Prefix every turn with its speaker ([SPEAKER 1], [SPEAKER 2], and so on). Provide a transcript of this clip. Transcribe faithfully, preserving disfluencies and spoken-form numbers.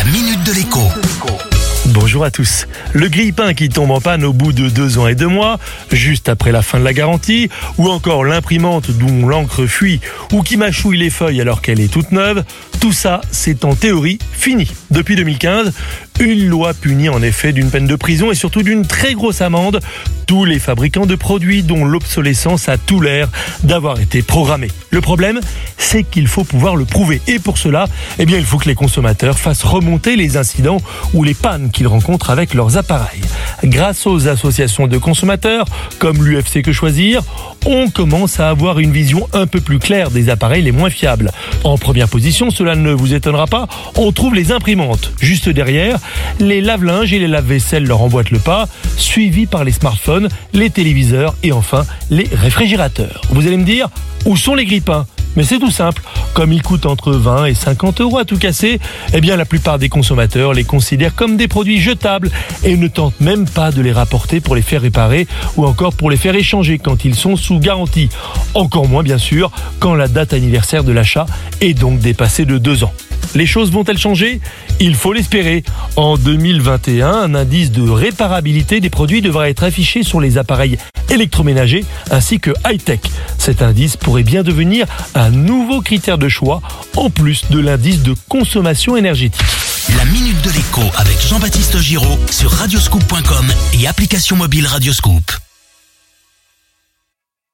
[SPEAKER 1] minute de l'écho.
[SPEAKER 2] Bonjour à tous. Le grille-pain qui tombe en panne au bout de deux ans et deux mois, juste après la fin de la garantie, ou encore l'imprimante dont l'encre fuit, ou qui mâchouille les feuilles alors qu'elle est toute neuve, tout ça, c'est en théorie fini. Depuis deux mille quinze, une loi punit en effet d'une peine de prison et surtout d'une très grosse amende tous les fabricants de produits dont l'obsolescence a tout l'air d'avoir été programmée. Le problème, c'est qu'il faut pouvoir le prouver. Et pour cela, eh bien, il faut que les consommateurs fassent remonter les incidents ou les pannes qu'ils rencontrent avec leurs appareils. Grâce aux associations de consommateurs, comme l'U F C Que Choisir, on commence à avoir une vision un peu plus claire des appareils les moins fiables. En première position, cela ne vous étonnera pas, on trouve les imprimantes. Juste derrière, les lave-linges et les lave-vaisselle leur emboîtent le pas, suivis par les smartphones, les téléviseurs et enfin les réfrigérateurs. Vous allez me dire, où sont les grille-pains ? Mais c'est tout simple, comme ils coûtent entre vingt et cinquante euros à tout casser, eh bien la plupart des consommateurs les considèrent comme des produits jetables et ne tentent même pas de les rapporter pour les faire réparer ou encore pour les faire échanger quand ils sont sous garantie. Encore moins bien sûr quand la date anniversaire de l'achat est donc dépassée de deux ans. Les choses vont-elles changer ? Il faut l'espérer. En deux mille vingt et un, un indice de réparabilité des produits devra être affiché sur les appareils électroménagers ainsi que high-tech. Cet indice pourrait bien devenir un nouveau critère de choix en plus de l'indice de consommation énergétique.
[SPEAKER 1] La minute de l'écho avec Jean-Baptiste Giraud sur radioscoop point com et application mobile Radioscoop.